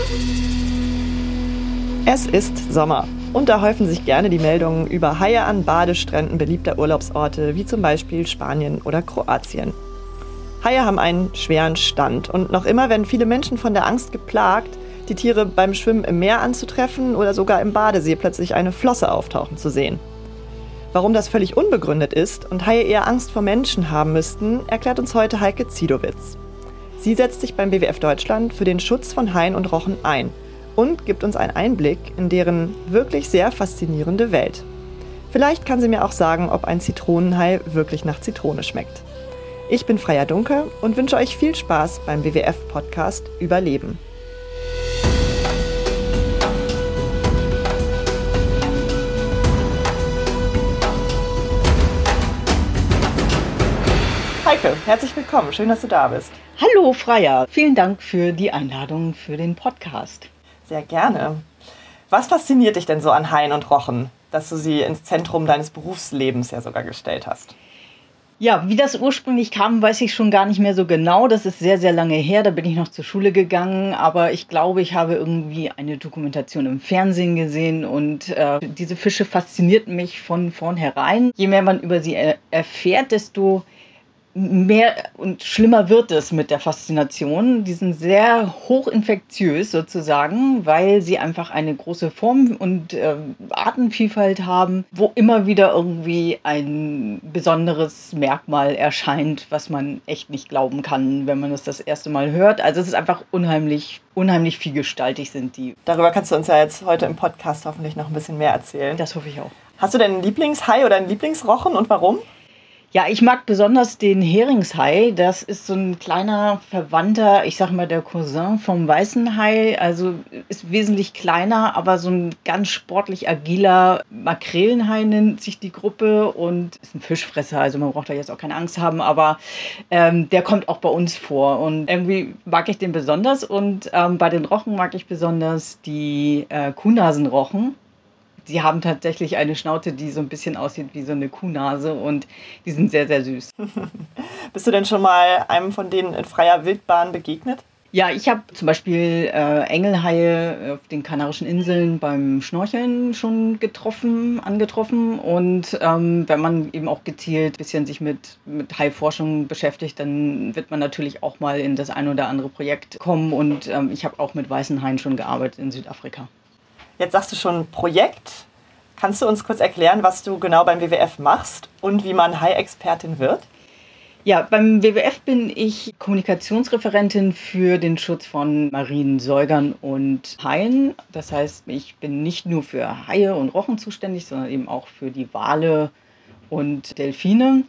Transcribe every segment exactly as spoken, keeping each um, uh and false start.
Es ist Sommer und da häufen sich gerne die Meldungen über Haie an Badestränden beliebter Urlaubsorte wie zum Beispiel Spanien oder Kroatien. Haie haben einen schweren Stand und noch immer werden viele Menschen von der Angst geplagt, die Tiere beim Schwimmen im Meer anzutreffen oder sogar im Badesee plötzlich eine Flosse auftauchen zu sehen. Warum das völlig unbegründet ist und Haie eher Angst vor Menschen haben müssten, erklärt uns heute Heike Ziedowitz. Sie setzt sich beim W W F Deutschland für den Schutz von Haien und Rochen ein und gibt uns einen Einblick in deren wirklich sehr faszinierende Welt. Vielleicht kann sie mir auch sagen, ob ein Zitronenhai wirklich nach Zitrone schmeckt. Ich bin Freya Dunke und wünsche euch viel Spaß beim W W F-Podcast Überleben. Heike, herzlich willkommen. Schön, dass du da bist. Hallo Freya, vielen Dank für die Einladung für den Podcast. Sehr gerne. Was fasziniert dich denn so an Haien und Rochen, dass du sie ins Zentrum deines Berufslebens ja sogar gestellt hast? Ja, wie das ursprünglich kam, weiß ich schon gar nicht mehr so genau. Das ist sehr, sehr lange her. Da bin ich noch zur Schule gegangen. Aber ich glaube, ich habe irgendwie eine Dokumentation im Fernsehen gesehen. Und äh, diese Fische faszinierten mich von vornherein. Je mehr man über sie er- erfährt, desto mehr und schlimmer wird es mit der Faszination. Die sind sehr hochinfektiös sozusagen, weil sie einfach eine große Form- und äh, Artenvielfalt haben, wo immer wieder irgendwie ein besonderes Merkmal erscheint, was man echt nicht glauben kann, wenn man es das erste Mal hört. Also es ist einfach unheimlich, unheimlich vielgestaltig sind die. Darüber kannst du uns ja jetzt heute im Podcast hoffentlich noch ein bisschen mehr erzählen. Das hoffe ich auch. Hast du denn einen Lieblingshai oder einen Lieblingsrochen und warum? Ja, ich mag besonders den Heringshai. Das ist so ein kleiner Verwandter, ich sag mal der Cousin vom weißen Hai. Also ist wesentlich kleiner, aber so ein ganz sportlich agiler Makrelenhai nennt sich die Gruppe und ist ein Fischfresser. Also man braucht da jetzt auch keine Angst haben, aber ähm, der kommt auch bei uns vor. Und irgendwie mag ich den besonders. Und ähm, bei den Rochen mag ich besonders die äh, Kuhnasenrochen. Sie haben tatsächlich eine Schnauze, die so ein bisschen aussieht wie so eine Kuhnase und die sind sehr, sehr süß. Bist du denn schon mal einem von denen in freier Wildbahn begegnet? Ja, ich habe zum Beispiel äh, Engelhaie auf den Kanarischen Inseln beim Schnorcheln schon getroffen, angetroffen. Und ähm, wenn man eben auch gezielt ein bisschen sich mit, mit Haiforschung beschäftigt, dann wird man natürlich auch mal in das ein oder andere Projekt kommen. Und ähm, ich habe auch mit weißen Haien schon gearbeitet in Südafrika. Jetzt sagst du schon Projekt. Kannst du uns kurz erklären, was du genau beim W W F machst und wie man Hai-Expertin wird? Ja, beim W W F bin ich Kommunikationsreferentin für den Schutz von marinen Säugern und Haien. Das heißt, ich bin nicht nur für Haie und Rochen zuständig, sondern eben auch für die Wale und Delfine.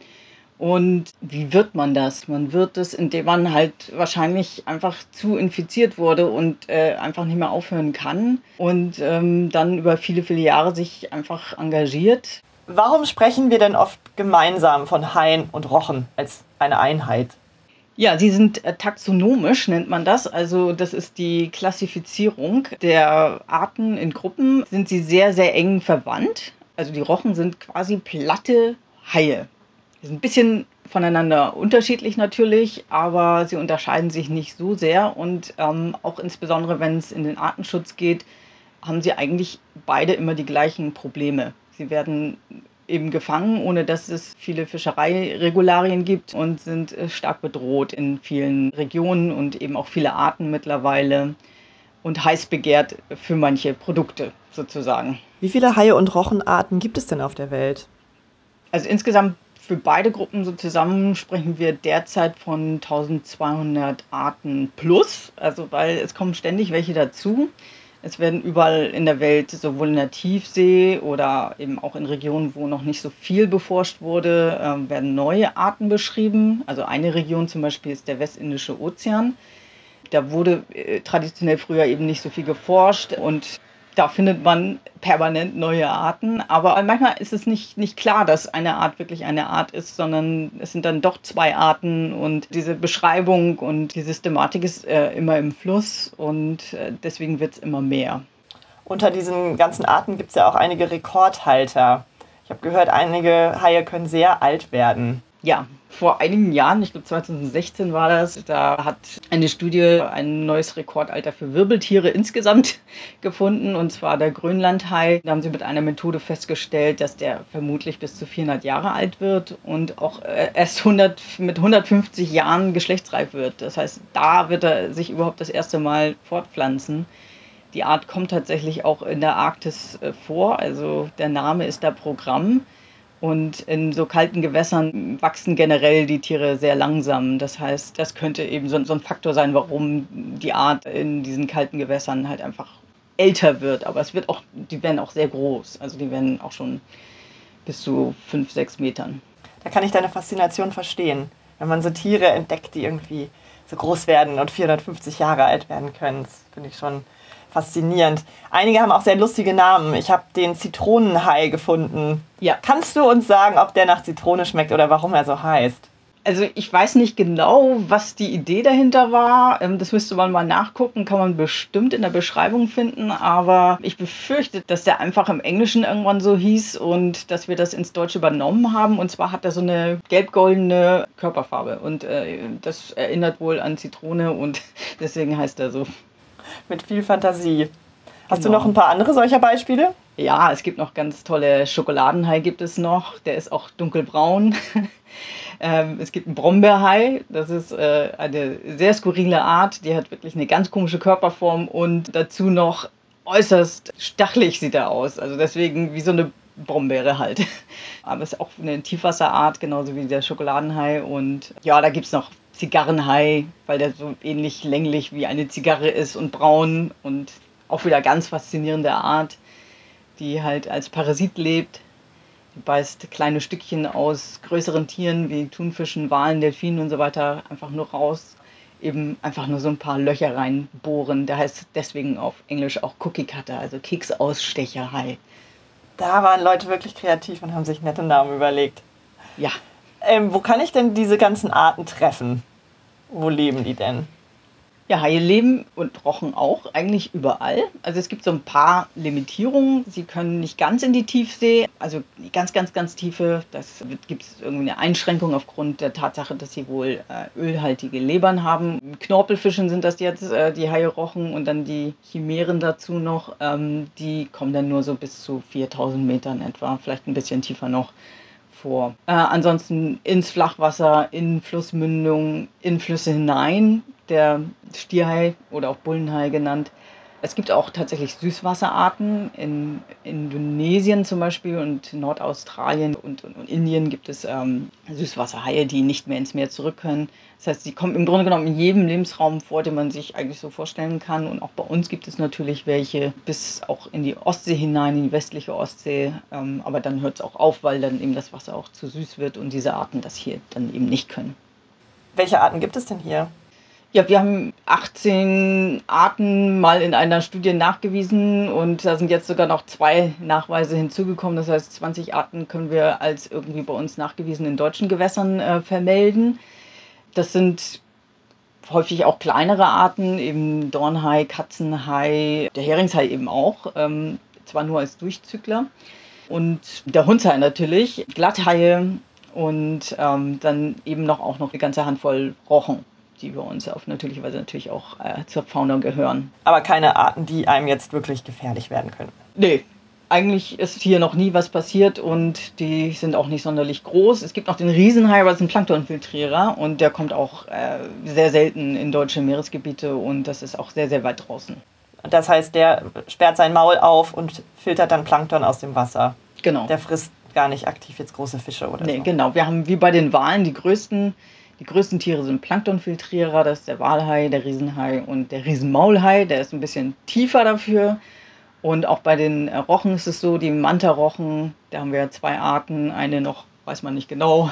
Und wie wird man das? Man wird es, indem man halt wahrscheinlich einfach zu infiziert wurde und äh, einfach nicht mehr aufhören kann und ähm, dann über viele, viele Jahre sich einfach engagiert. Warum sprechen wir denn oft gemeinsam von Haien und Rochen als eine Einheit? Ja, sie sind äh, taxonomisch, nennt man das. Also das ist die Klassifizierung der Arten in Gruppen. Sind sie sehr, sehr eng verwandt. Also die Rochen sind quasi platte Haie. Die sind ein bisschen voneinander unterschiedlich natürlich, aber sie unterscheiden sich nicht so sehr. Und ähm, auch insbesondere, wenn es in den Artenschutz geht, haben sie eigentlich beide immer die gleichen Probleme. Sie werden eben gefangen, ohne dass es viele Fischereiregularien gibt und sind äh, stark bedroht in vielen Regionen und eben auch viele Arten mittlerweile und heiß begehrt für manche Produkte sozusagen. Wie viele Haie- und Rochenarten gibt es denn auf der Welt? Also insgesamt für beide Gruppen so zusammen sprechen wir derzeit von eintausendzweihundert Arten plus, also weil es kommen ständig welche dazu. Es werden überall in der Welt, sowohl in der Tiefsee oder eben auch in Regionen, wo noch nicht so viel beforscht wurde, äh, werden neue Arten beschrieben. Also eine Region zum Beispiel ist der Westindische Ozean. Da wurde äh, traditionell früher eben nicht so viel geforscht und da findet man permanent neue Arten, aber manchmal ist es nicht, nicht klar, dass eine Art wirklich eine Art ist, sondern es sind dann doch zwei Arten und diese Beschreibung und die Systematik ist äh, immer im Fluss und äh, deswegen wird es immer mehr. Unter diesen ganzen Arten gibt es ja auch einige Rekordhalter. Ich habe gehört, einige Haie können sehr alt werden. Ja, vor einigen Jahren, ich glaube zweitausendsechzehn war das, da hat eine Studie ein neues Rekordalter für Wirbeltiere insgesamt gefunden, und zwar der Grönlandhai. Da haben sie mit einer Methode festgestellt, dass der vermutlich bis zu vierhundert Jahre alt wird und auch erst hundert, mit hundertfünfzig Jahren geschlechtsreif wird. Das heißt, da wird er sich überhaupt das erste Mal fortpflanzen. Die Art kommt tatsächlich auch in der Arktis vor, also der Name ist da Programm. Und in so kalten Gewässern wachsen generell die Tiere sehr langsam. Das heißt, das könnte eben so, so ein Faktor sein, warum die Art in diesen kalten Gewässern halt einfach älter wird. Aber es wird auch, die werden auch sehr groß. Also die werden auch schon bis zu fünf, sechs Metern. Da kann ich deine Faszination verstehen, wenn man so Tiere entdeckt, die irgendwie so groß werden und vierhundertfünfzig Jahre alt werden können. Das finde ich schon faszinierend. Einige haben auch sehr lustige Namen. Ich habe den Zitronenhai gefunden. Ja. Kannst du uns sagen, ob der nach Zitrone schmeckt oder warum er so heißt? Also ich weiß nicht genau, was die Idee dahinter war. Das müsste man mal nachgucken, kann man bestimmt in der Beschreibung finden. Aber ich befürchte, dass der einfach im Englischen irgendwann so hieß und dass wir das ins Deutsche übernommen haben. Und zwar hat er so eine gelb-goldene Körperfarbe. Und äh, das erinnert wohl an Zitrone und deswegen heißt er so. Mit viel Fantasie. Hast Genau. du noch ein paar andere solcher Beispiele? Ja, es gibt noch ganz tolle Schokoladenhai, gibt es noch. Der ist auch dunkelbraun. ähm, es gibt einen Brombeerhai. Das ist äh, eine sehr skurrile Art. Die hat wirklich eine ganz komische Körperform und dazu noch äußerst stachelig sieht er aus. Also deswegen wie so eine Brombeere halt. Aber es ist auch eine Tiefwasserart, genauso wie der Schokoladenhai. Und ja, da gibt es noch Zigarrenhai, weil der so ähnlich länglich wie eine Zigarre ist und braun und auch wieder ganz faszinierende Art, die halt als Parasit lebt. Die beißt kleine Stückchen aus größeren Tieren wie Thunfischen, Walen, Delfinen und so weiter einfach nur raus. Eben einfach nur so ein paar Löcher reinbohren. Der heißt deswegen auf Englisch auch Cookie Cutter, also Keksausstecherhai. Da waren Leute wirklich kreativ und haben sich nette Namen überlegt. Ja. Ähm, wo kann ich denn diese ganzen Arten treffen? Wo leben die denn? Ja, Haie leben und Rochen auch eigentlich überall. Also es gibt so ein paar Limitierungen. Sie können nicht ganz in die Tiefsee, also die ganz, ganz, ganz tiefe. Das gibt es irgendwie eine Einschränkung aufgrund der Tatsache, dass sie wohl äh, ölhaltige Lebern haben. Knorpelfischen sind das jetzt, äh, die Haie, Rochen und dann die Chimären dazu noch. Ähm, die kommen dann nur so bis zu viertausend Metern etwa, vielleicht ein bisschen tiefer noch vor. Äh, ansonsten ins Flachwasser, in Flussmündungen, in Flüsse hinein. Der Stierhai oder auch Bullenhai genannt. Es gibt auch tatsächlich Süßwasserarten. In Indonesien zum Beispiel und Nordaustralien und, und, und Indien gibt es ähm, Süßwasserhaie, die nicht mehr ins Meer zurück können. Das heißt, sie kommen im Grunde genommen in jedem Lebensraum vor, den man sich eigentlich so vorstellen kann. Und auch bei uns gibt es natürlich welche bis auch in die Ostsee hinein, in die westliche Ostsee. Ähm, aber dann hört es auch auf, weil dann eben das Wasser auch zu süß wird und diese Arten das hier dann eben nicht können. Welche Arten gibt es denn hier? Ja, wir haben achtzehn Arten mal in einer Studie nachgewiesen und da sind jetzt sogar noch zwei Nachweise hinzugekommen. Das heißt, zwanzig Arten können wir als irgendwie bei uns nachgewiesen in deutschen Gewässern äh, vermelden. Das sind häufig auch kleinere Arten, eben Dornhai, Katzenhai, der Heringshai eben auch, ähm, zwar nur als Durchzügler. Und der Hundshai natürlich, Glatthaie und ähm, dann eben noch auch noch eine ganze Handvoll Rochen, die bei uns auf natürliche Weise natürlich auch äh, zur Fauna gehören. Aber keine Arten, die einem jetzt wirklich gefährlich werden können. Nee, eigentlich ist hier noch nie was passiert und die sind auch nicht sonderlich groß. Es gibt noch den Riesenhai, aber das ist ein Planktonfiltrierer und der kommt auch äh, sehr selten in deutsche Meeresgebiete und das ist auch sehr, sehr weit draußen. Das heißt, der sperrt sein Maul auf und filtert dann Plankton aus dem Wasser. Genau. Der frisst gar nicht aktiv jetzt große Fische oder nee, so. Genau, wir haben wie bei den Walen die größten Die größten Tiere sind Planktonfiltrierer, das ist der Walhai, der Riesenhai und der Riesenmaulhai, der ist ein bisschen tiefer dafür. Und auch bei den Rochen ist es so, die Manta-Rochen, da haben wir zwei Arten, eine noch weiß man nicht genau.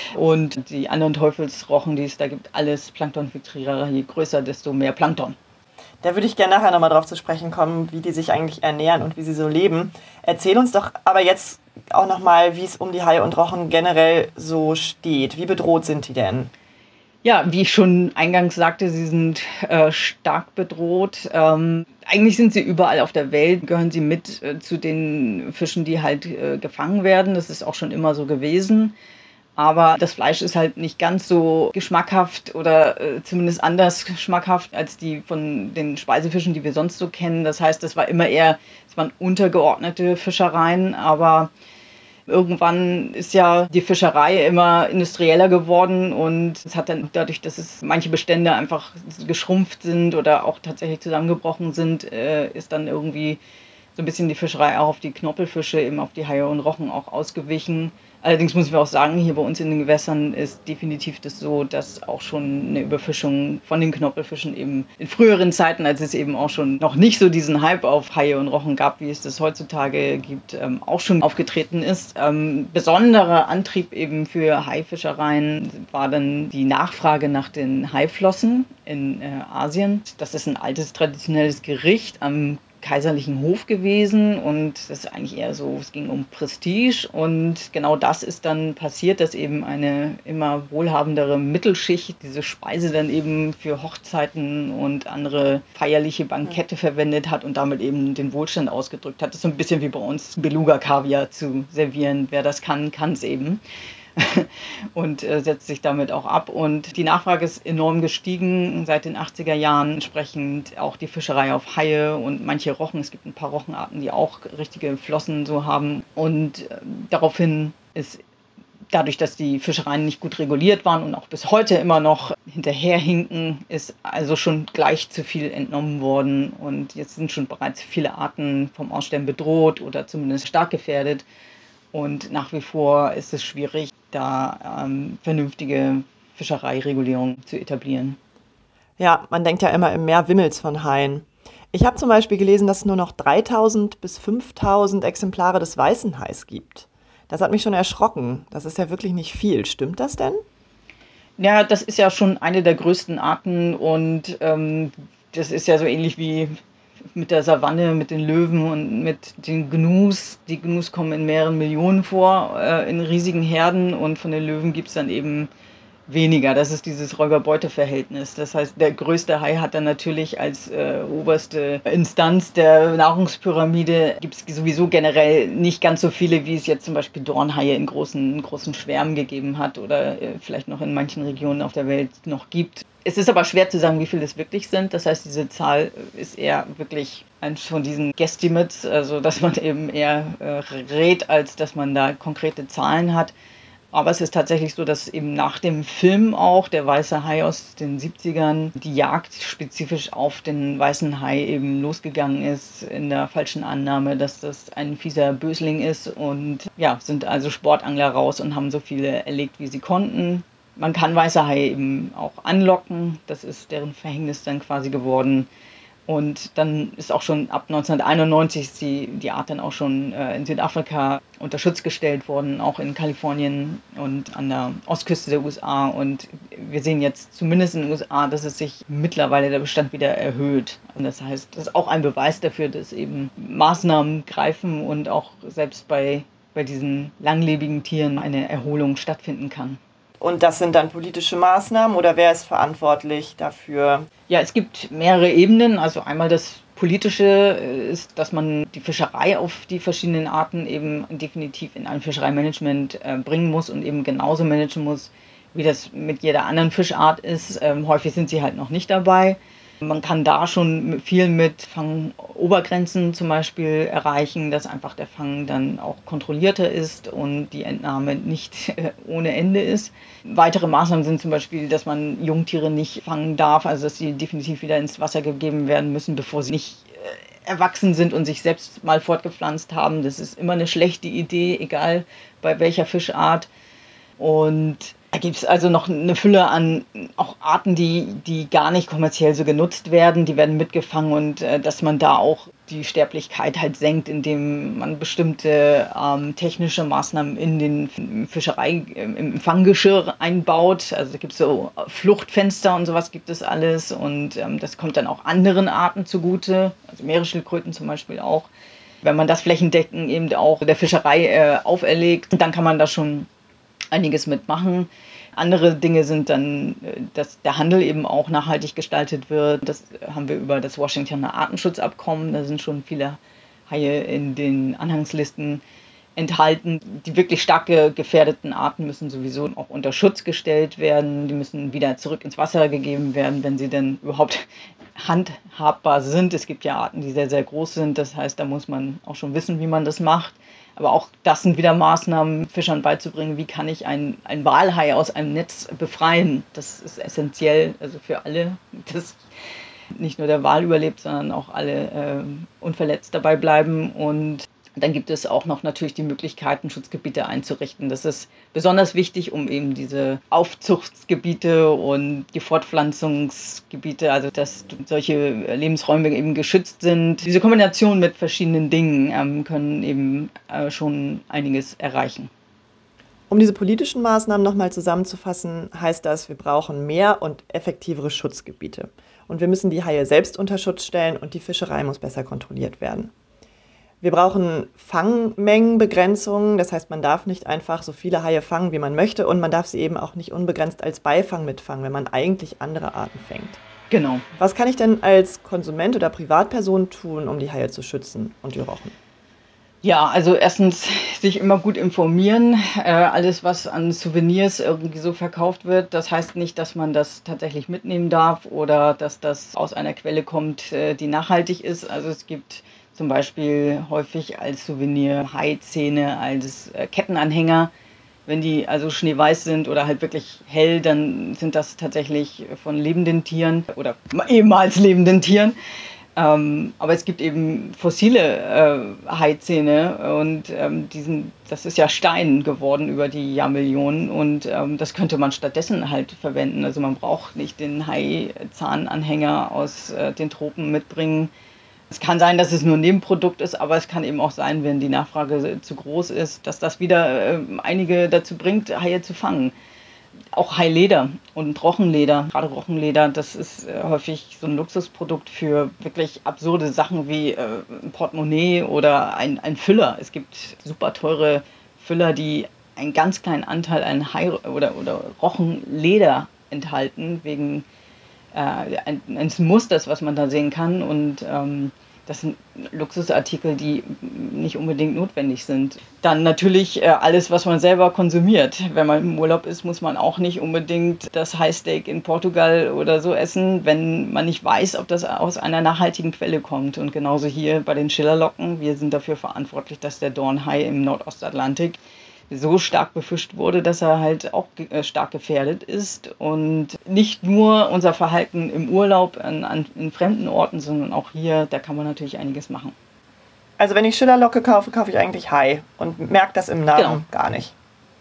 Und die anderen Teufelsrochen, die es da gibt, alles Planktonfiltrierer, je größer, desto mehr Plankton. Da würde ich gerne nachher nochmal drauf zu sprechen kommen, wie die sich eigentlich ernähren und wie sie so leben. Erzähl uns doch aber jetzt auch nochmal, wie es um die Haie und Rochen generell so steht. Wie bedroht sind die denn? Ja, wie ich schon eingangs sagte, sie sind äh, stark bedroht. Ähm, eigentlich sind sie überall auf der Welt, gehören sie mit äh, zu den Fischen, die halt äh, gefangen werden. Das ist auch schon immer so gewesen. Aber das Fleisch ist halt nicht ganz so geschmackhaft oder äh, zumindest anders geschmackhaft als die von den Speisefischen, die wir sonst so kennen. Das heißt, das war immer eher, es waren untergeordnete Fischereien, aber irgendwann ist ja die Fischerei immer industrieller geworden und es hat dann dadurch, dass es manche Bestände einfach geschrumpft sind oder auch tatsächlich zusammengebrochen sind, äh, ist dann irgendwie so ein bisschen die Fischerei auch auf die Knorpelfische, eben auf die Haie und Rochen auch ausgewichen. Allerdings muss ich auch sagen, hier bei uns in den Gewässern ist definitiv das so, dass auch schon eine Überfischung von den Knorpelfischen eben in früheren Zeiten, als es eben auch schon noch nicht so diesen Hype auf Haie und Rochen gab, wie es das heutzutage gibt, ähm, auch schon aufgetreten ist. Ähm, besonderer Antrieb eben für Haifischereien war dann die Nachfrage nach den Haiflossen in äh, Asien. Das ist ein altes traditionelles Gericht am kaiserlichen Hof gewesen und das ist eigentlich eher so, es ging um Prestige und genau das ist dann passiert, dass eben eine immer wohlhabendere Mittelschicht diese Speise dann eben für Hochzeiten und andere feierliche Bankette verwendet hat und damit eben den Wohlstand ausgedrückt hat. Das ist so ein bisschen wie bei uns Beluga-Kaviar zu servieren. Wer das kann, kann es eben. und äh, setzt sich damit auch ab. Und die Nachfrage ist enorm gestiegen seit den achtziger Jahren, entsprechend auch die Fischerei auf Haie und manche Rochen. Es gibt ein paar Rochenarten, die auch richtige Flossen so haben. Und äh, daraufhin ist dadurch, dass die Fischereien nicht gut reguliert waren und auch bis heute immer noch hinterherhinken, ist also schon gleich zu viel entnommen worden. Und jetzt sind schon bereits viele Arten vom Aussterben bedroht oder zumindest stark gefährdet. Und nach wie vor ist es schwierig, da ähm, vernünftige Fischereiregulierung zu etablieren. Ja, man denkt ja immer, im Meer wimmelt's von Haien. Ich habe zum Beispiel gelesen, dass es nur noch dreitausend bis fünftausend Exemplare des weißen Hais gibt. Das hat mich schon erschrocken. Das ist ja wirklich nicht viel. Stimmt das denn? Ja, das ist ja schon eine der größten Arten und ähm, das ist ja so ähnlich wie mit der Savanne, mit den Löwen und mit den Gnus. Die Gnus kommen in mehreren Millionen vor, äh, in riesigen Herden und von den Löwen gibt es dann eben weniger. Das ist dieses Räuber-Beute-Verhältnis. Das heißt, der größte Hai hat dann natürlich als äh, oberste Instanz der Nahrungspyramide, gibt es sowieso generell nicht ganz so viele, wie es jetzt zum Beispiel Dornhaie in großen, großen Schwärmen gegeben hat oder äh, vielleicht noch in manchen Regionen auf der Welt noch gibt. Es ist aber schwer zu sagen, wie viele es wirklich sind. Das heißt, diese Zahl ist eher wirklich eins von diesen Guesstimates, also dass man eben eher äh, rät, als dass man da konkrete Zahlen hat. Aber es ist tatsächlich so, dass eben nach dem Film auch, der Weiße Hai aus den siebzigern, die Jagd spezifisch auf den weißen Hai eben losgegangen ist, in der falschen Annahme, dass das ein fieser Bösling ist. Und ja, sind also Sportangler raus und haben so viele erlegt, wie sie konnten. Man kann weiße Haie eben auch anlocken, das ist deren Verhängnis dann quasi geworden. Und dann ist auch schon ab neunzehnhunderteinundneunzig die, die Art dann auch schon äh, in Südafrika unter Schutz gestellt worden, auch in Kalifornien und an der Ostküste der U S A. Und wir sehen jetzt zumindest in den U S A, dass es sich mittlerweile der Bestand wieder erhöht. Und das heißt, das ist auch ein Beweis dafür, dass eben Maßnahmen greifen und auch selbst bei, bei diesen langlebigen Tieren eine Erholung stattfinden kann. Und das sind dann politische Maßnahmen oder wer ist verantwortlich dafür? Ja, es gibt mehrere Ebenen. Also einmal das Politische ist, dass man die Fischerei auf die verschiedenen Arten eben definitiv in ein Fischereimanagement äh, bringen muss und eben genauso managen muss, wie das mit jeder anderen Fischart ist. Ähm, häufig sind sie halt noch nicht dabei. Man kann da schon viel mit Fangobergrenzen zum Beispiel erreichen, dass einfach der Fang dann auch kontrollierter ist und die Entnahme nicht ohne Ende ist. Weitere Maßnahmen sind zum Beispiel, dass man Jungtiere nicht fangen darf, also dass sie definitiv wieder ins Wasser gegeben werden müssen, bevor sie nicht erwachsen sind und sich selbst mal fortgepflanzt haben. Das ist immer eine schlechte Idee, egal bei welcher Fischart. Und da gibt es also noch eine Fülle an auch Arten, die, die gar nicht kommerziell so genutzt werden. Die werden mitgefangen und äh, dass man da auch die Sterblichkeit halt senkt, indem man bestimmte ähm, technische Maßnahmen in den Fischerei, im Fanggeschirr einbaut. Also da gibt es so Fluchtfenster und sowas gibt es alles und ähm, das kommt dann auch anderen Arten zugute, also Meeresschildkröten zum Beispiel auch. Wenn man das flächendeckend eben auch der Fischerei äh, auferlegt, dann kann man da schon einiges mitmachen. Andere Dinge sind dann, dass der Handel eben auch nachhaltig gestaltet wird. Das haben wir über das Washingtoner Artenschutzabkommen. Da sind schon viele Haie in den Anhangslisten enthalten. Die wirklich stark gefährdeten Arten müssen sowieso auch unter Schutz gestellt werden. Die müssen wieder zurück ins Wasser gegeben werden, wenn sie denn überhaupt handhabbar sind. Es gibt ja Arten, die sehr, sehr groß sind. Das heißt, da muss man auch schon wissen, wie man das macht. Aber auch das sind wieder Maßnahmen, Fischern beizubringen, wie kann ich einen, einen Walhai aus einem Netz befreien. Das ist essentiell, also für alle, dass nicht nur der Wal überlebt, sondern auch alle äh, unverletzt dabei bleiben. Und dann gibt es auch noch natürlich die Möglichkeiten, Schutzgebiete einzurichten. Das ist besonders wichtig, um eben diese Aufzuchtsgebiete und die Fortpflanzungsgebiete, also dass solche Lebensräume eben geschützt sind. Diese Kombination mit verschiedenen Dingen ähm, können eben äh, schon einiges erreichen. Um diese politischen Maßnahmen nochmal zusammenzufassen, heißt das, wir brauchen mehr und effektivere Schutzgebiete. Und wir müssen die Haie selbst unter Schutz stellen und die Fischerei muss besser kontrolliert werden. Wir brauchen Fangmengenbegrenzungen, das heißt, man darf nicht einfach so viele Haie fangen, wie man möchte und man darf sie eben auch nicht unbegrenzt als Beifang mitfangen, wenn man eigentlich andere Arten fängt. Genau. Was kann ich denn als Konsument oder Privatperson tun, um die Haie zu schützen und die Rochen? Ja, also erstens sich immer gut informieren. Äh, alles, was an Souvenirs irgendwie so verkauft wird, das heißt nicht, dass man das tatsächlich mitnehmen darf oder dass das aus einer Quelle kommt, äh, die nachhaltig ist. Also es gibt zum Beispiel häufig als Souvenir Haizähne, als äh, Kettenanhänger. Wenn die also schneeweiß sind oder halt wirklich hell, dann sind das tatsächlich von lebenden Tieren oder ehemals lebenden Tieren. Ähm, aber es gibt eben fossile äh, Haizähne und ähm, diesen, das ist ja Stein geworden über die Jahrmillionen und ähm, das könnte man stattdessen halt verwenden. Also man braucht nicht den Haizahnanhänger aus äh, den Tropen mitbringen. Es kann sein, dass es nur ein Nebenprodukt ist, aber es kann eben auch sein, wenn die Nachfrage zu groß ist, dass das wieder äh, einige dazu bringt, Haie zu fangen. Auch Haileder und Rochenleder, gerade Rochenleder, das ist äh, häufig so ein Luxusprodukt für wirklich absurde Sachen wie äh, ein Portemonnaie oder ein, ein Füller. Es gibt super teure Füller, die einen ganz kleinen Anteil an Hai- oder, oder Rochenleder enthalten, wegen äh, eines Musters, was man da sehen kann. Und ähm, das sind Luxusartikel, die nicht unbedingt notwendig sind. Dann natürlich äh, alles, was man selber konsumiert. Wenn man im Urlaub ist, muss man auch nicht unbedingt das Highsteak in Portugal oder so essen, wenn man nicht weiß, ob das aus einer nachhaltigen Quelle kommt. Und genauso hier bei den Schillerlocken. Wir sind dafür verantwortlich, dass der Dornhai im Nordostatlantik so stark befischt wurde, dass er halt auch äh, stark gefährdet ist. Und nicht nur unser Verhalten im Urlaub an, an, in fremden Orten, sondern auch hier, da kann man natürlich einiges machen. Also wenn ich Schillerlocke kaufe, kaufe ich eigentlich Hai und merke das im Namen Genau. gar nicht.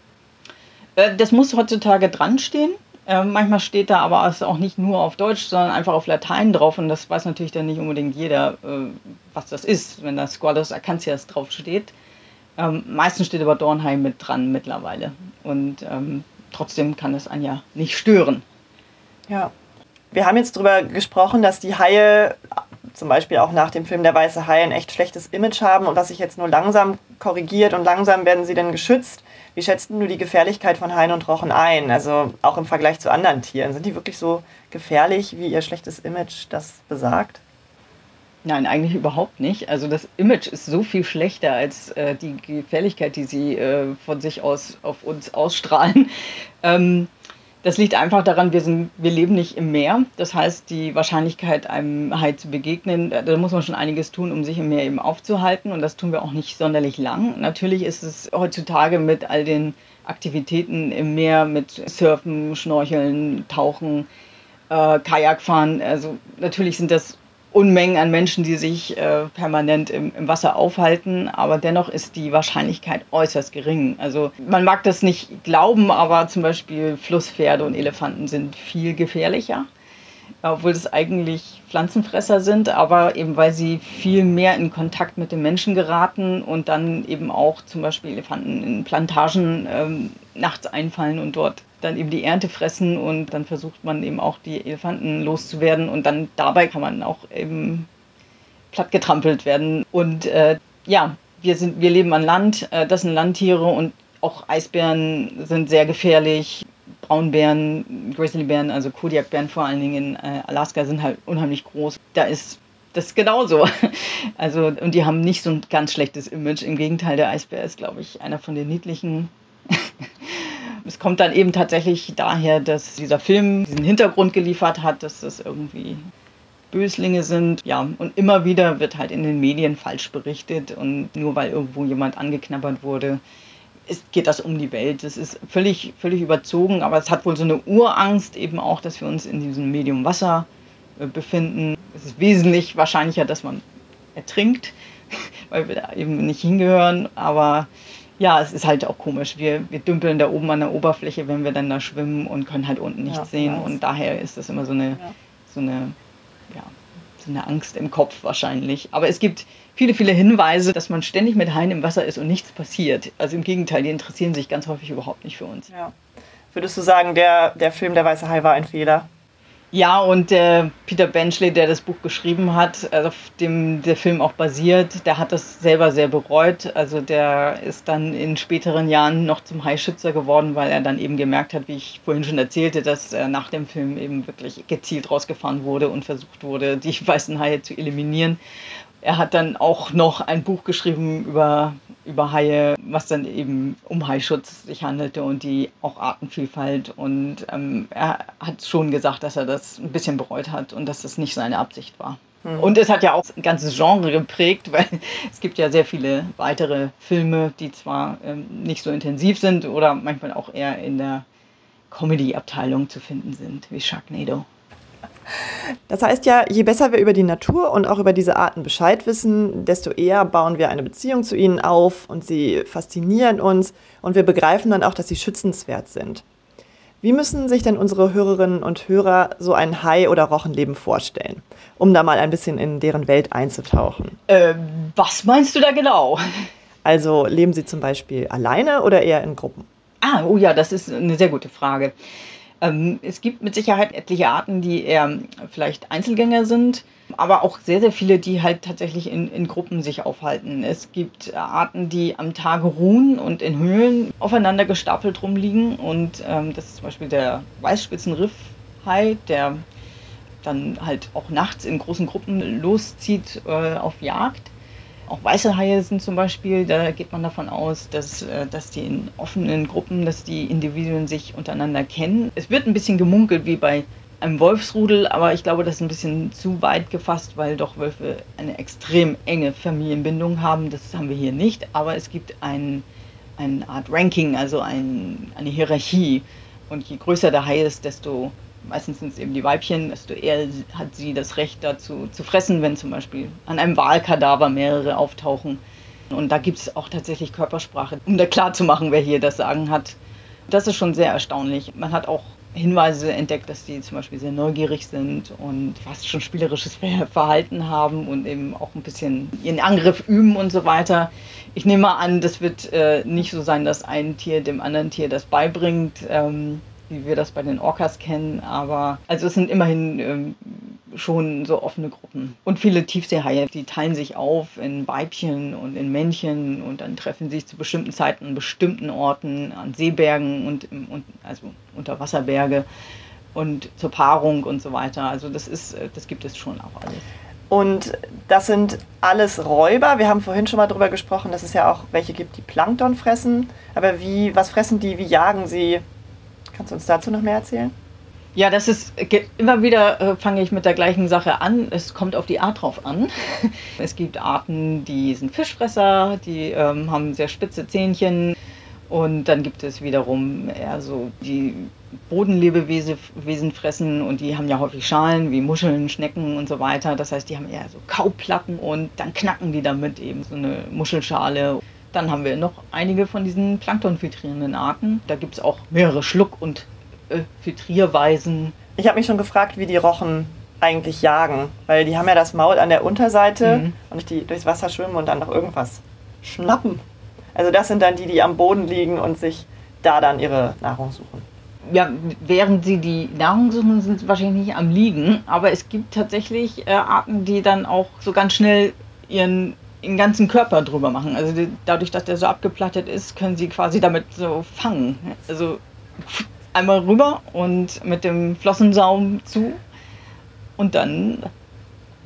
Äh, das muss heutzutage dran stehen. Äh, manchmal steht da aber auch nicht nur auf Deutsch, sondern einfach auf Latein drauf. Und das weiß natürlich dann nicht unbedingt jeder, äh, was das ist, wenn da Squalus acanthias drauf steht. Ähm, meistens steht aber Dornhai mit dran mittlerweile. Und ähm, trotzdem kann es einen ja nicht stören. Ja. Wir haben jetzt darüber gesprochen, dass die Haie, zum Beispiel auch nach dem Film Der weiße Hai, ein echt schlechtes Image haben und was sich jetzt nur langsam korrigiert und langsam werden sie dann geschützt. Wie schätzt du die Gefährlichkeit von Haien und Rochen ein? Also auch im Vergleich zu anderen Tieren. Sind die wirklich so gefährlich, wie ihr schlechtes Image das besagt? Nein, eigentlich überhaupt nicht. Also das Image ist so viel schlechter als äh, die Gefährlichkeit, die sie äh, von sich aus auf uns ausstrahlen. Ähm, das liegt einfach daran, wir, sind, wir leben nicht im Meer. Das heißt, die Wahrscheinlichkeit, einem Hai zu begegnen, da muss man schon einiges tun, um sich im Meer eben aufzuhalten. Und das tun wir auch nicht sonderlich lang. Natürlich ist es heutzutage mit all den Aktivitäten im Meer, mit Surfen, Schnorcheln, Tauchen, äh, Kajakfahren, also natürlich sind das Unmengen an Menschen, die sich äh, permanent im, im Wasser aufhalten, aber dennoch ist die Wahrscheinlichkeit äußerst gering. Also man mag das nicht glauben, aber zum Beispiel Flusspferde und Elefanten sind viel gefährlicher, obwohl das eigentlich Pflanzenfresser sind, aber eben weil sie viel mehr in Kontakt mit den Menschen geraten und dann eben auch zum Beispiel Elefanten in Plantagen ähm, nachts einfallen und dort dann eben die Ernte fressen und dann versucht man eben auch die Elefanten loszuwerden und dann dabei kann man auch eben plattgetrampelt werden. Und äh, ja, wir sind, wir leben an Land, äh, das sind Landtiere und auch Eisbären sind sehr gefährlich. Braunbären, Grizzlybären, also Kodiakbären vor allen Dingen in äh, Alaska sind halt unheimlich groß. Da ist das ist genauso. Also, und die haben nicht so ein ganz schlechtes Image. Im Gegenteil, der Eisbär ist, glaube ich, einer von den niedlichen. Es kommt dann eben tatsächlich daher, dass dieser Film diesen Hintergrund geliefert hat, dass das irgendwie Böslinge sind. Ja, und immer wieder wird halt in den Medien falsch berichtet. Und nur weil irgendwo jemand angeknabbert wurde, ist, geht das um die Welt. Das ist völlig, völlig überzogen, aber es hat wohl so eine Urangst eben auch, dass wir uns in diesem Medium Wasser äh, befinden. Es ist wesentlich wahrscheinlicher, dass man ertrinkt, weil wir da eben nicht hingehören. Aber ja, es ist halt auch komisch. Wir, wir dümpeln da oben an der Oberfläche, wenn wir dann da schwimmen und können halt unten nichts ja, sehen. Nice. Und daher ist das immer so eine, ja. so eine, ja, so eine Angst im Kopf wahrscheinlich. Aber es gibt viele, viele Hinweise, dass man ständig mit Haien im Wasser ist und nichts passiert. Also im Gegenteil, die interessieren sich ganz häufig überhaupt nicht für uns. Ja. Würdest du sagen, der, der Film Der weiße Hai war ein Fehler? Ja, und der Peter Benchley, der das Buch geschrieben hat, auf dem der Film auch basiert, der hat das selber sehr bereut. Also der ist dann in späteren Jahren noch zum Haischützer geworden, weil er dann eben gemerkt hat, wie ich vorhin schon erzählte, dass er nach dem Film eben wirklich gezielt rausgefahren wurde und versucht wurde, die weißen Haie zu eliminieren. Er hat dann auch noch ein Buch geschrieben über, über Haie, was dann eben um Haischutz sich handelte und die auch Artenvielfalt. Und ähm, er hat schon gesagt, dass er das ein bisschen bereut hat und dass das nicht seine Absicht war. Mhm. Und es hat ja auch ein ganzes Genre geprägt, weil es gibt ja sehr viele weitere Filme, die zwar ähm, nicht so intensiv sind oder manchmal auch eher in der Comedy-Abteilung zu finden sind, wie Sharknado. Das heißt ja, je besser wir über die Natur und auch über diese Arten Bescheid wissen, desto eher bauen wir eine Beziehung zu ihnen auf und sie faszinieren uns und wir begreifen dann auch, dass sie schützenswert sind. Wie müssen sich denn unsere Hörerinnen und Hörer so ein Hai- oder Rochenleben vorstellen, um da mal ein bisschen in deren Welt einzutauchen? Ähm, was meinst du da genau? Also leben sie zum Beispiel alleine oder eher in Gruppen? Ah, oh ja, das ist eine sehr gute Frage. Ähm, es gibt mit Sicherheit etliche Arten, die eher vielleicht Einzelgänger sind, aber auch sehr, sehr viele, die halt tatsächlich in, in Gruppen sich aufhalten. Es gibt Arten, die am Tage ruhen und in Höhlen aufeinander gestapelt rumliegen. Und ähm, das ist zum Beispiel der Weißspitzenriffhai, der dann halt auch nachts in großen Gruppen loszieht äh, auf Jagd. Auch weiße Haie sind zum Beispiel, da geht man davon aus, dass, dass die in offenen Gruppen, dass die Individuen sich untereinander kennen. Es wird ein bisschen gemunkelt wie bei einem Wolfsrudel, aber ich glaube, das ist ein bisschen zu weit gefasst, weil doch Wölfe eine extrem enge Familienbindung haben. Das haben wir hier nicht, aber es gibt ein, eine Art Ranking, also ein, eine Hierarchie. Und je größer der Hai ist, desto meistens sind es eben die Weibchen, desto eher hat sie das Recht dazu zu fressen, wenn zum Beispiel an einem Walkadaver mehrere auftauchen. Und da gibt es auch tatsächlich Körpersprache, um da klarzumachen, wer hier das Sagen hat. Das ist schon sehr erstaunlich. Man hat auch Hinweise entdeckt, dass die zum Beispiel sehr neugierig sind und fast schon spielerisches Verhalten haben und eben auch ein bisschen ihren Angriff üben und so weiter. Ich nehme mal an, das wird äh, nicht so sein, dass ein Tier dem anderen Tier das beibringt, ähm, wie wir das bei den Orcas kennen, aber also es sind immerhin ähm, schon so offene Gruppen. Und viele Tiefseehaie, die teilen sich auf in Weibchen und in Männchen und dann treffen sich zu bestimmten Zeiten an bestimmten Orten, an Seebergen und, im, und also Unterwasserberge und zur Paarung und so weiter. Also das ist, das gibt es schon auch alles. Und das sind alles Räuber. Wir haben vorhin schon mal drüber gesprochen, dass es ja auch welche gibt, die Plankton fressen. Aber wie, was fressen die, wie jagen sie? Kannst du uns dazu noch mehr erzählen? Ja, das ist immer wieder äh, fange ich mit der gleichen Sache an. Es kommt auf die Art drauf an. Es gibt Arten, die sind Fischfresser, die ähm, haben sehr spitze Zähnchen. Und dann gibt es wiederum eher so die Bodenlebewesen Wesen fressen und die haben ja häufig Schalen wie Muscheln, Schnecken und so weiter. Das heißt, die haben eher so Kauplatten und dann knacken die damit eben so eine Muschelschale. Dann haben wir noch einige von diesen planktonfiltrierenden Arten. Da gibt es auch mehrere Schluck- und äh, Filtrierweisen. Ich habe mich schon gefragt, wie die Rochen eigentlich jagen. Weil die haben ja das Maul an der Unterseite mhm. und die durchs Wasser schwimmen und dann noch irgendwas schnappen. Also das sind dann die, die am Boden liegen und sich da dann ihre Nahrung suchen. Ja, während sie die Nahrung suchen, sind sie wahrscheinlich nicht am Liegen. Aber es gibt tatsächlich äh, Arten, die dann auch so ganz schnell ihren den ganzen Körper drüber machen. Also die, dadurch, dass der so abgeplattet ist, können sie quasi damit so fangen. Also einmal rüber und mit dem Flossensaum zu und dann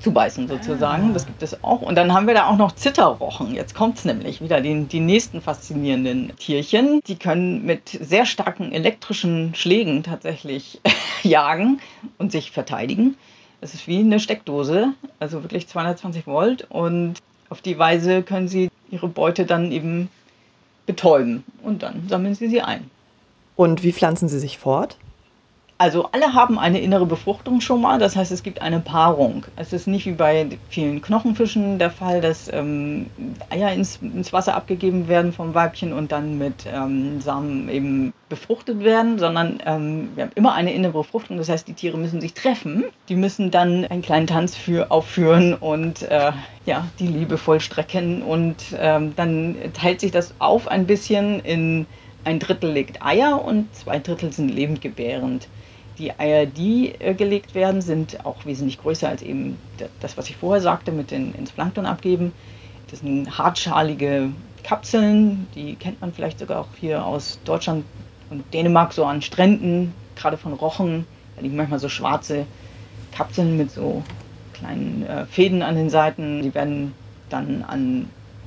zubeißen sozusagen. Das gibt es auch. Und dann haben wir da auch noch Zitterrochen. Jetzt kommt es nämlich wieder, die, die nächsten faszinierenden Tierchen. Die können mit sehr starken elektrischen Schlägen tatsächlich jagen und sich verteidigen. Es ist wie eine Steckdose, also wirklich zweihundertzwanzig Volt. Und auf die Weise können sie ihre Beute dann eben betäuben. Und dann sammeln sie sie ein. Und wie pflanzen sie sich fort? Also alle haben eine innere Befruchtung schon mal, das heißt, es gibt eine Paarung. Es ist nicht wie bei vielen Knochenfischen der Fall, dass ähm, Eier ins, ins Wasser abgegeben werden vom Weibchen und dann mit ähm, Samen eben befruchtet werden, sondern ähm, wir haben immer eine innere Befruchtung. Das heißt, die Tiere müssen sich treffen, die müssen dann einen kleinen Tanz für, aufführen und äh, ja, die Liebe vollstrecken. Und ähm, dann teilt sich das auf ein bisschen in ein Drittel legt Eier und zwei Drittel sind lebendgebärend. Die Eier, die äh, gelegt werden, sind auch wesentlich größer als eben das, was ich vorher sagte, mit den ins Plankton abgeben. Das sind hartschalige Kapseln, die kennt man vielleicht sogar auch hier aus Deutschland und Dänemark, so an Stränden, gerade von Rochen. Da liegen manchmal so schwarze Kapseln mit so kleinen äh, Fäden an den Seiten. Die werden dann an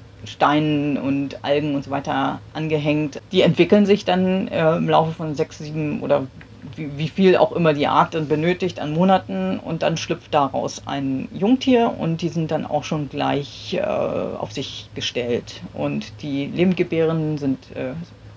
Steinen und Algen und so weiter angehängt. Die entwickeln sich dann äh, im Laufe von sechs, sieben oder wie, wie viel auch immer die Art dann benötigt an Monaten und dann schlüpft daraus ein Jungtier und die sind dann auch schon gleich äh, auf sich gestellt. Und die Lebendgebärenden sind äh,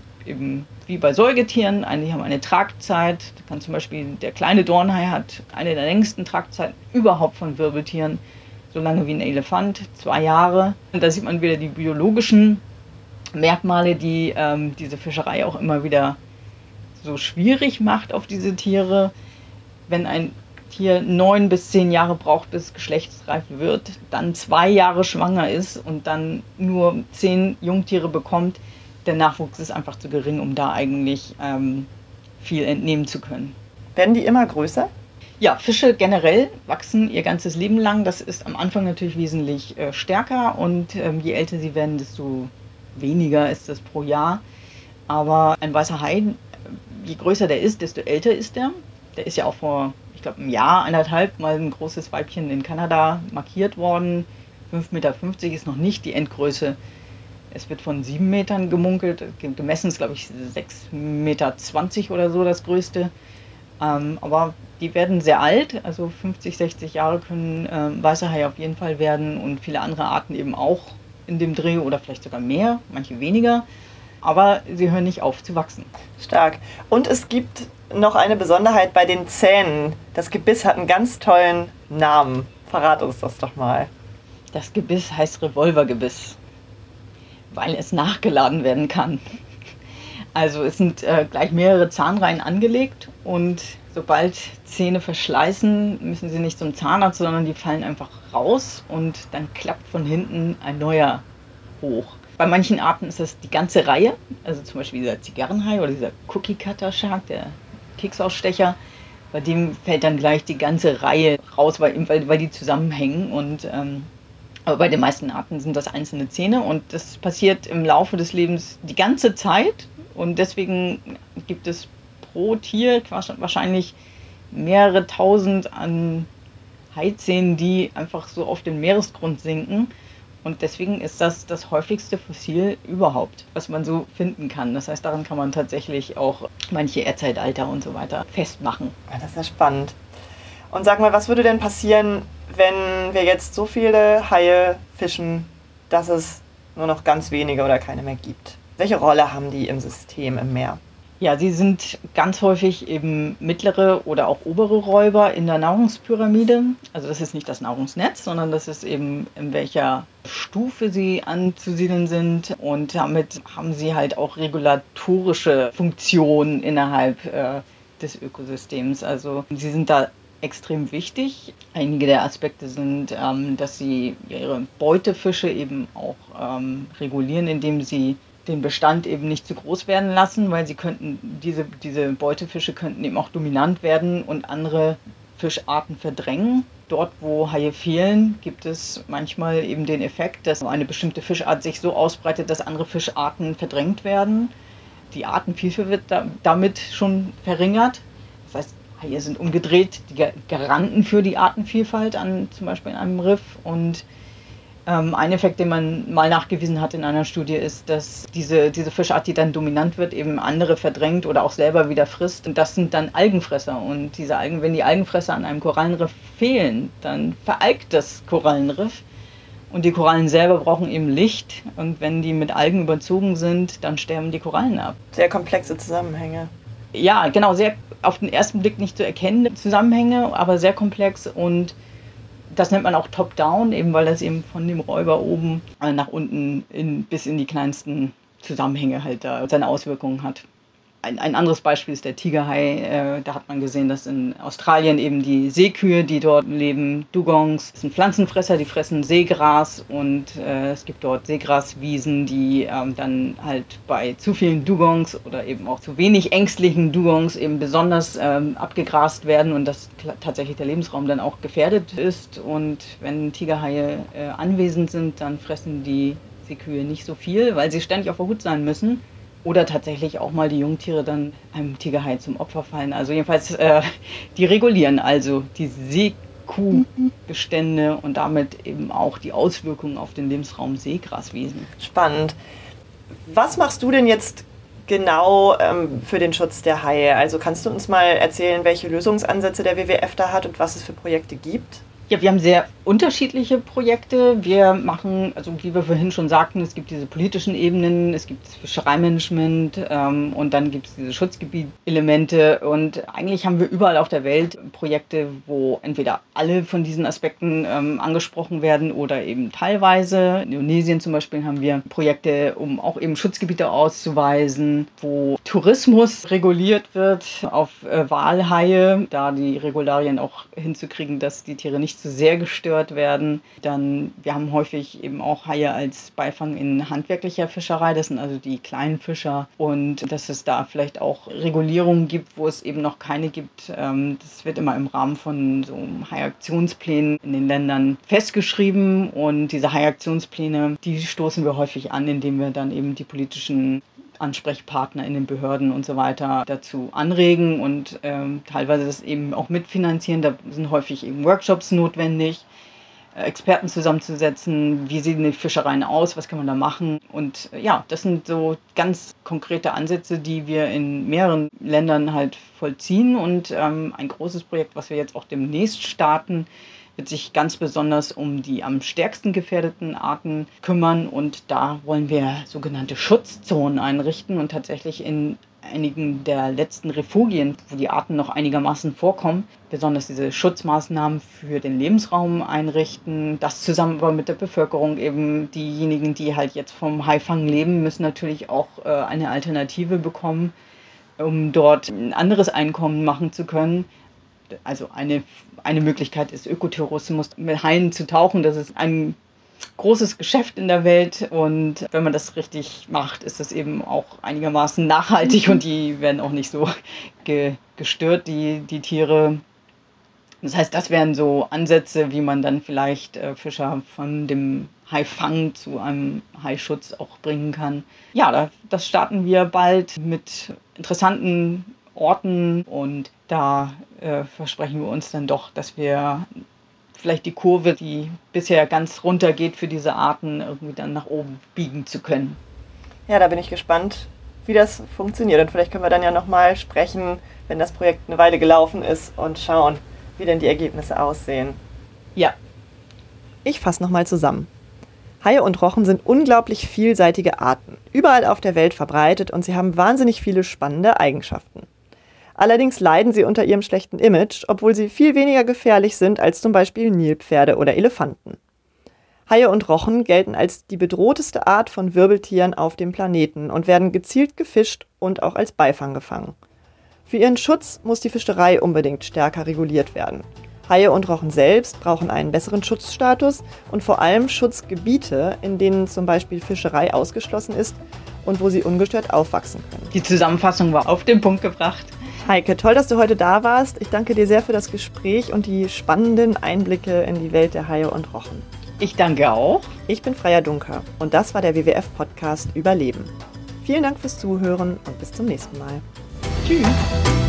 eben wie bei Säugetieren, die haben eine Tragzeit. Da kann zum Beispiel der kleine Dornhai hat eine der längsten Tragzeiten überhaupt von Wirbeltieren. So lange wie ein Elefant, zwei Jahre. Und da sieht man wieder die biologischen Merkmale, die ähm, diese Fischerei auch immer wieder so schwierig macht auf diese Tiere. Wenn ein Tier neun bis zehn Jahre braucht, bis geschlechtsreif wird, dann zwei Jahre schwanger ist und dann nur zehn Jungtiere bekommt, der Nachwuchs ist einfach zu gering, um da eigentlich ähm, viel entnehmen zu können. Werden die immer größer? Ja, Fische generell wachsen ihr ganzes Leben lang. Das ist am Anfang natürlich wesentlich äh, stärker und ähm, je älter sie werden, desto weniger ist das pro Jahr. Aber ein weißer Hai, je größer der ist, desto älter ist der. Der ist ja auch vor, ich glaube, einem Jahr, anderthalb mal ein großes Weibchen in Kanada markiert worden. fünf Komma fünfzig Meter ist noch nicht die Endgröße. Es wird von sieben Metern gemunkelt. Gemessen ist, glaube ich, sechs Komma zwanzig Meter oder so das größte. Ähm, aber die werden sehr alt, also fünfzig, sechzig Jahre können ähm, weiße Haie auf jeden Fall werden und viele andere Arten eben auch in dem Dreh oder vielleicht sogar mehr, manche weniger. Aber sie hören nicht auf zu wachsen. Stark. Und es gibt noch eine Besonderheit bei den Zähnen. Das Gebiss hat einen ganz tollen Namen. Verrat uns das doch mal. Das Gebiss heißt Revolvergebiss, weil es nachgeladen werden kann. Also es sind äh, gleich mehrere Zahnreihen angelegt und sobald Zähne verschleißen, müssen sie nicht zum Zahnarzt, sondern die fallen einfach raus und dann klappt von hinten ein neuer hoch. Bei manchen Arten ist das die ganze Reihe, also zum Beispiel dieser Zigarrenhai oder dieser Cookie Cutter Shark, der Keksausstecher, bei dem fällt dann gleich die ganze Reihe raus, weil, weil, weil die zusammenhängen. Und, ähm, aber bei den meisten Arten sind das einzelne Zähne und das passiert im Laufe des Lebens die ganze Zeit. Und deswegen gibt es pro Tier wahrscheinlich mehrere tausend an Haizähnen, die einfach so auf den Meeresgrund sinken. Und deswegen ist das das häufigste Fossil überhaupt, was man so finden kann. Das heißt, daran kann man tatsächlich auch manche Erdzeitalter und so weiter festmachen. Das ist ja spannend. Und sag mal, was würde denn passieren, wenn wir jetzt so viele Haie fischen, dass es nur noch ganz wenige oder keine mehr gibt? Welche Rolle haben die im System, im Meer? Ja, sie sind ganz häufig eben mittlere oder auch obere Räuber in der Nahrungspyramide. Also das ist nicht das Nahrungsnetz, sondern das ist eben, in welcher Stufe sie anzusiedeln sind. Und damit haben sie halt auch regulatorische Funktionen innerhalb äh, des Ökosystems. Also sie sind da extrem wichtig. Einige der Aspekte sind, ähm, dass sie ihre Beutefische eben auch ähm, regulieren, indem sie den Bestand eben nicht zu groß werden lassen, weil sie könnten, diese, diese Beutefische könnten eben auch dominant werden und andere Fischarten verdrängen. Dort, wo Haie fehlen, gibt es manchmal eben den Effekt, dass eine bestimmte Fischart sich so ausbreitet, dass andere Fischarten verdrängt werden. Die Artenvielfalt wird da, damit schon verringert. Das heißt, Haie sind umgedreht die Garanten für die Artenvielfalt an zum Beispiel in einem Riff. Und ähm, ein Effekt, den man mal nachgewiesen hat in einer Studie, ist, dass diese, diese Fischart, die dann dominant wird, eben andere verdrängt oder auch selber wieder frisst. Und das sind dann Algenfresser. Und diese Algen, wenn die Algenfresser an einem Korallenriff fehlen, dann veralgt das Korallenriff. Und die Korallen selber brauchen eben Licht. Und wenn die mit Algen überzogen sind, dann sterben die Korallen ab. Sehr komplexe Zusammenhänge. Ja, genau, sehr auf den ersten Blick nicht zu erkennende Zusammenhänge, aber sehr komplex. Und das nennt man auch Top-Down, eben weil das eben von dem Räuber oben nach unten in, bis in die kleinsten Zusammenhänge halt da seine Auswirkungen hat. Ein, ein anderes Beispiel ist der Tigerhai. Äh, da hat man gesehen, dass in Australien eben die Seekühe, die dort leben, Dugongs, sind Pflanzenfresser, die fressen Seegras und äh, es gibt dort Seegraswiesen, die ähm, dann halt bei zu vielen Dugongs oder eben auch zu wenig ängstlichen Dugongs eben besonders ähm, abgegrast werden und dass tatsächlich der Lebensraum dann auch gefährdet ist. Und wenn Tigerhaie äh, anwesend sind, dann fressen die Seekühe nicht so viel, weil sie ständig auf der Hut sein müssen. Oder tatsächlich auch mal die Jungtiere dann einem Tigerhai zum Opfer fallen. Also jedenfalls, äh, die regulieren also die Seekuhbestände und damit eben auch die Auswirkungen auf den Lebensraum Seegraswiesen. Spannend. Was machst du denn jetzt genau ähm, für den Schutz der Haie? Also kannst du uns mal erzählen, welche Lösungsansätze der W W F da hat und was es für Projekte gibt? Ja, wir haben sehr unterschiedliche Projekte. Wir machen, also wie wir vorhin schon sagten, es gibt diese politischen Ebenen, es gibt das Fischereimanagement ähm, und dann gibt es diese Schutzgebiet-Elemente. Und eigentlich haben wir überall auf der Welt Projekte, wo entweder alle von diesen Aspekten ähm, angesprochen werden oder eben teilweise. In Indonesien zum Beispiel haben wir Projekte, um auch eben Schutzgebiete auszuweisen, wo Tourismus reguliert wird auf äh, Walhaie, da die Regularien auch hinzukriegen, dass die Tiere nicht zu sehr gestört werden. Dann, wir haben häufig eben auch Haie als Beifang in handwerklicher Fischerei, das sind also die kleinen Fischer und dass es da vielleicht auch Regulierungen gibt, wo es eben noch keine gibt. Das wird immer im Rahmen von so Haiaktionsplänen in den Ländern festgeschrieben und diese Haiaktionspläne, die stoßen wir häufig an, indem wir dann eben die politischen Ansprechpartner in den Behörden und so weiter dazu anregen und ähm, teilweise das eben auch mitfinanzieren. Da sind häufig eben Workshops notwendig, äh, Experten zusammenzusetzen, wie sehen die Fischereien aus, was kann man da machen. Und äh, ja, das sind so ganz konkrete Ansätze, die wir in mehreren Ländern halt vollziehen. Und ähm, ein großes Projekt, was wir jetzt auch demnächst starten, wird sich ganz besonders um die am stärksten gefährdeten Arten kümmern. Und da wollen wir sogenannte Schutzzonen einrichten und tatsächlich in einigen der letzten Refugien, wo die Arten noch einigermaßen vorkommen, besonders diese Schutzmaßnahmen für den Lebensraum einrichten. Das zusammen aber mit der Bevölkerung eben. Diejenigen, die halt jetzt vom Haifang leben, müssen natürlich auch äh, eine Alternative bekommen, um dort ein anderes Einkommen machen zu können. Also eine, eine Möglichkeit ist Ökotourismus, mit Haien zu tauchen. Das ist ein großes Geschäft in der Welt und wenn man das richtig macht, ist das eben auch einigermaßen nachhaltig und die werden auch nicht so ge, gestört, die, die Tiere. Das heißt, das wären so Ansätze, wie man dann vielleicht äh, Fischer von dem Haifang zu einem Haischutz auch bringen kann. Ja, da, das starten wir bald mit interessanten Orten und da äh, versprechen wir uns dann doch, dass wir vielleicht die Kurve, die bisher ganz runter geht für diese Arten, irgendwie dann nach oben biegen zu können. Ja, da bin ich gespannt, wie das funktioniert und vielleicht können wir dann ja nochmal sprechen, wenn das Projekt eine Weile gelaufen ist und schauen, wie denn die Ergebnisse aussehen. Ja. Ich fasse nochmal zusammen. Haie und Rochen sind unglaublich vielseitige Arten, überall auf der Welt verbreitet und sie haben wahnsinnig viele spannende Eigenschaften. Allerdings leiden sie unter ihrem schlechten Image, obwohl sie viel weniger gefährlich sind als zum Beispiel Nilpferde oder Elefanten. Haie und Rochen gelten als die bedrohteste Art von Wirbeltieren auf dem Planeten und werden gezielt gefischt und auch als Beifang gefangen. Für ihren Schutz muss die Fischerei unbedingt stärker reguliert werden. Haie und Rochen selbst brauchen einen besseren Schutzstatus und vor allem Schutzgebiete, in denen zum Beispiel Fischerei ausgeschlossen ist und wo sie ungestört aufwachsen können. Die Zusammenfassung war auf den Punkt gebracht. Heike, toll, dass du heute da warst. Ich danke dir sehr für das Gespräch und die spannenden Einblicke in die Welt der Haie und Rochen. Ich danke auch. Ich bin Freya Dunker und das war der W W F-Podcast Überleben. Vielen Dank fürs Zuhören und bis zum nächsten Mal. Tschüss.